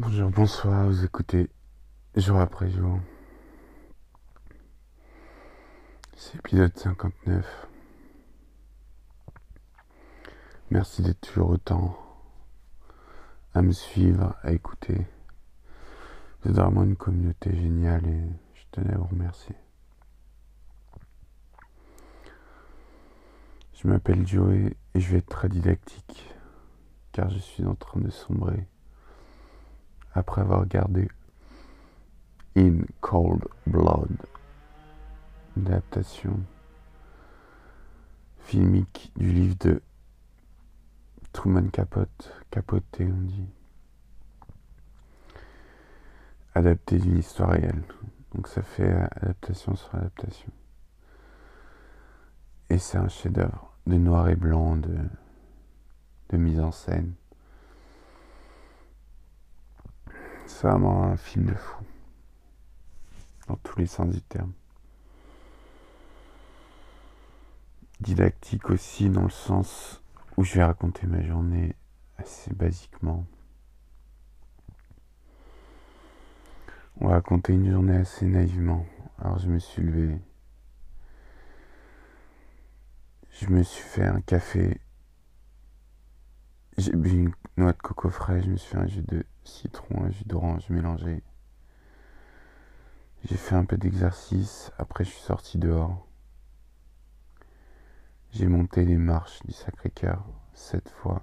Bonjour, bonsoir, vous écoutez jour après jour. C'est l'épisode 59. Merci d'être toujours autant à me suivre, à écouter. Vous êtes vraiment une communauté géniale et je tenais à vous remercier. Je m'appelle Joey et je vais être très didactique car je suis en train de sombrer après avoir regardé In Cold Blood, une adaptation filmique du livre de Truman Capote, Capote on dit, adapté d'une histoire réelle. Donc ça fait adaptation sur adaptation. Et c'est un chef-d'œuvre de noir et blanc, de mise en scène. C'est vraiment un film de fou, dans tous les sens du terme. Didactique aussi, dans le sens où je vais raconter ma journée assez basiquement. On va raconter une journée assez naïvement. Alors je me suis levé, je me suis fait un café, j'ai bu une noix de coco frais, je me suis fait un jus de citron, un jus d'orange mélangé. J'ai fait un peu d'exercice, après je suis sorti dehors. J'ai monté les marches du Sacré-Cœur 7 fois.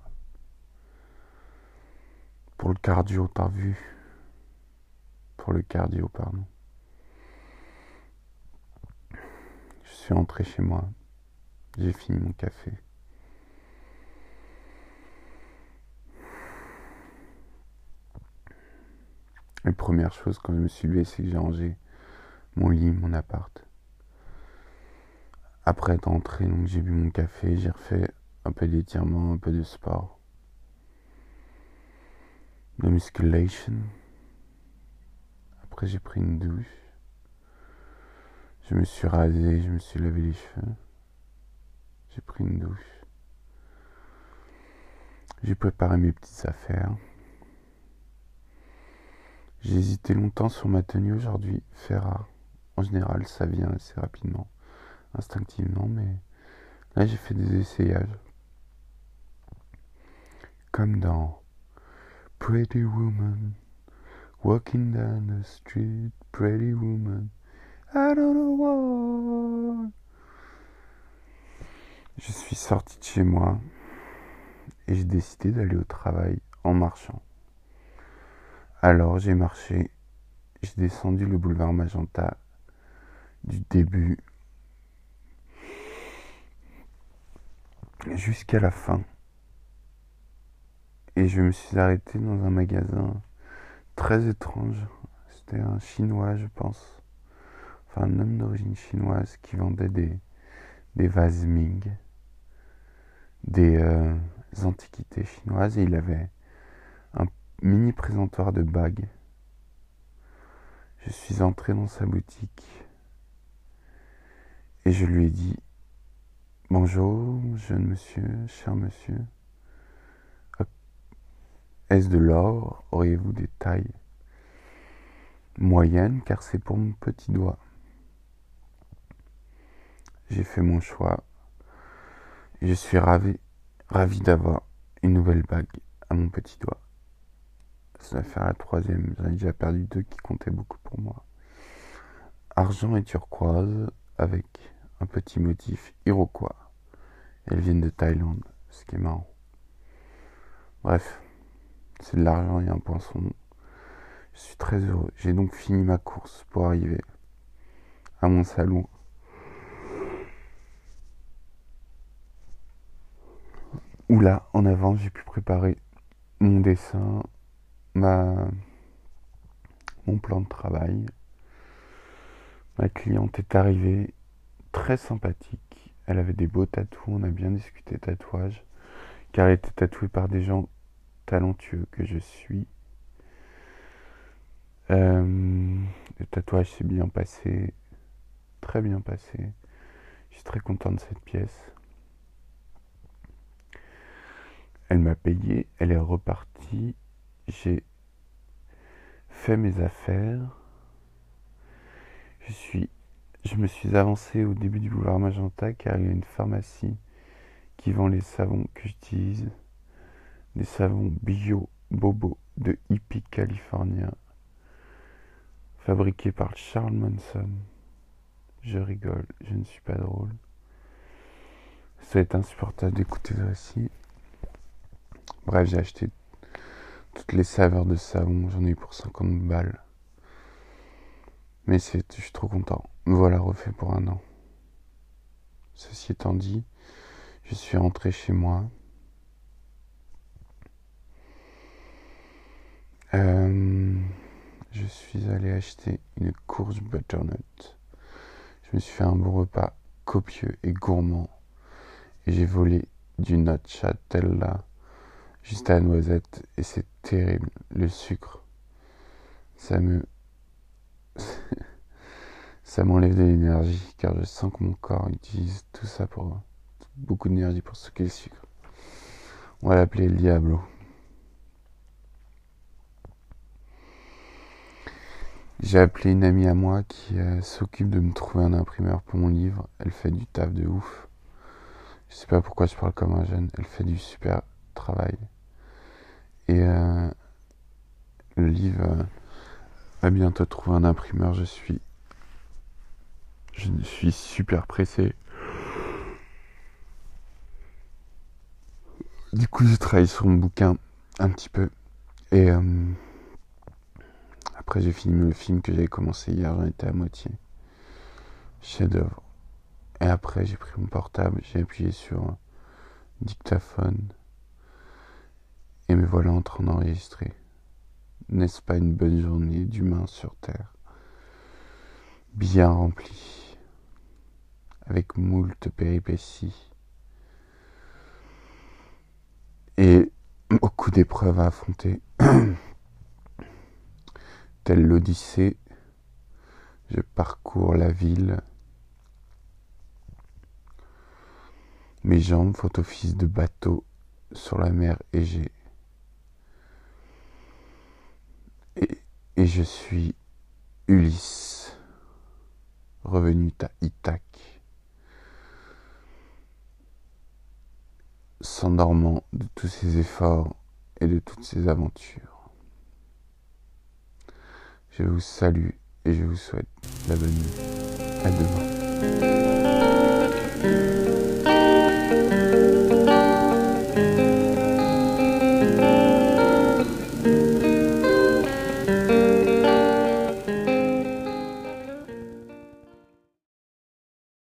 Pour le cardio, t'as vu? Pour le cardio, pardon. Je suis rentré chez moi. J'ai fini mon café. La première chose quand je me suis levé, c'est que j'ai rangé mon lit, mon appart. Après être rentré, donc j'ai bu mon café, j'ai refait un peu d'étirement, un peu de sport. De musculation. Après j'ai pris une douche. Je me suis rasé, je me suis lavé les cheveux. J'ai pris une douche. J'ai préparé mes petites affaires. J'ai hésité longtemps sur ma tenue aujourd'hui, fait rare. En général, ça vient assez rapidement, instinctivement, mais là j'ai fait des essayages. Comme dans Pretty Woman, walking down the street, Pretty Woman, I don't know why. Je suis sorti de chez moi et j'ai décidé d'aller au travail en marchant. Alors j'ai marché, j'ai descendu le boulevard Magenta du début jusqu'à la fin. Et je me suis arrêté dans un magasin très étrange. C'était un chinois, je pense. Enfin, un homme d'origine chinoise qui vendait des vases Ming, des antiquités chinoises. Et il avait un mini présentoir de bagues. Je suis entré dans sa boutique et je lui ai dit: Bonjour, jeune monsieur, cher monsieur. Est-ce de l'or? Auriez-vous des tailles moyennes? Car c'est pour mon petit doigt. J'ai fait mon choix. Et je suis ravi d'avoir une nouvelle bague à mon petit doigt. Ça va faire la troisième. J'en ai déjà perdu deux qui comptaient beaucoup pour moi. Argent et turquoise avec un petit motif iroquois. Elles viennent de Thaïlande, ce qui est marrant. Bref, c'est de l'argent et un poinçon. Je suis très heureux. J'ai donc fini ma course pour arriver à mon salon. Où là, en avant, j'ai pu préparer mon dessin, mon plan de travail. Ma cliente est arrivée, très sympathique. Elle avait des beaux tatous, on a bien discuté tatouage, car elle était tatouée par des gens talentueux que je suis. Le tatouage s'est bien passé, très bien passé. Je suis très content de cette pièce. Elle m'a payé, elle est repartie. J'ai fait mes affaires. Je me suis avancé au début du boulevard Magenta car il y a une pharmacie qui vend les savons que j'utilise. Des savons bio bobo de hippie californien fabriqués par Charles Manson. Je rigole, je ne suis pas drôle. Ça va être insupportable d'écouter ce récit. Bref, j'ai acheté toutes les saveurs de savon, j'en ai eu pour 50 balles. Mais je suis trop content. Me voilà refait pour un an. Ceci étant dit, je suis rentré chez moi. Je suis allé acheter une courge butternut. Je me suis fait un bon repas copieux et gourmand. Et j'ai volé du nocciatella juste à la noisette. Et c'est terrible. Le sucre, ça m'enlève de l'énergie. Car je sens que mon corps utilise tout ça pour beaucoup d'énergie pour stocker le sucre. On va l'appeler le Diablo. J'ai appelé une amie à moi qui s'occupe de me trouver un imprimeur pour mon livre. Elle fait du taf de ouf. Je sais pas pourquoi je parle comme un jeune. Elle fait du super travail. Et le livre va bientôt trouver un imprimeur. Je suis super pressé. Du coup, je travaille sur mon bouquin un petit peu. Et après, j'ai fini le film que j'avais commencé hier. J'en étais à moitié. Chef-d'œuvre. Et après, j'ai pris mon portable. J'ai appuyé sur dictaphone. Et me voilà en train d'enregistrer. N'est-ce pas une bonne journée d'humain sur Terre? Bien remplie, avec moult péripéties et beaucoup d'épreuves à affronter. Telle l'Odyssée, je parcours la ville. Mes jambes font office de bateau sur la mer Égée. Et je suis Ulysse, revenu à Ithaque, s'endormant de tous ses efforts et de toutes ses aventures. Je vous salue et je vous souhaite la bonne nuit. À demain.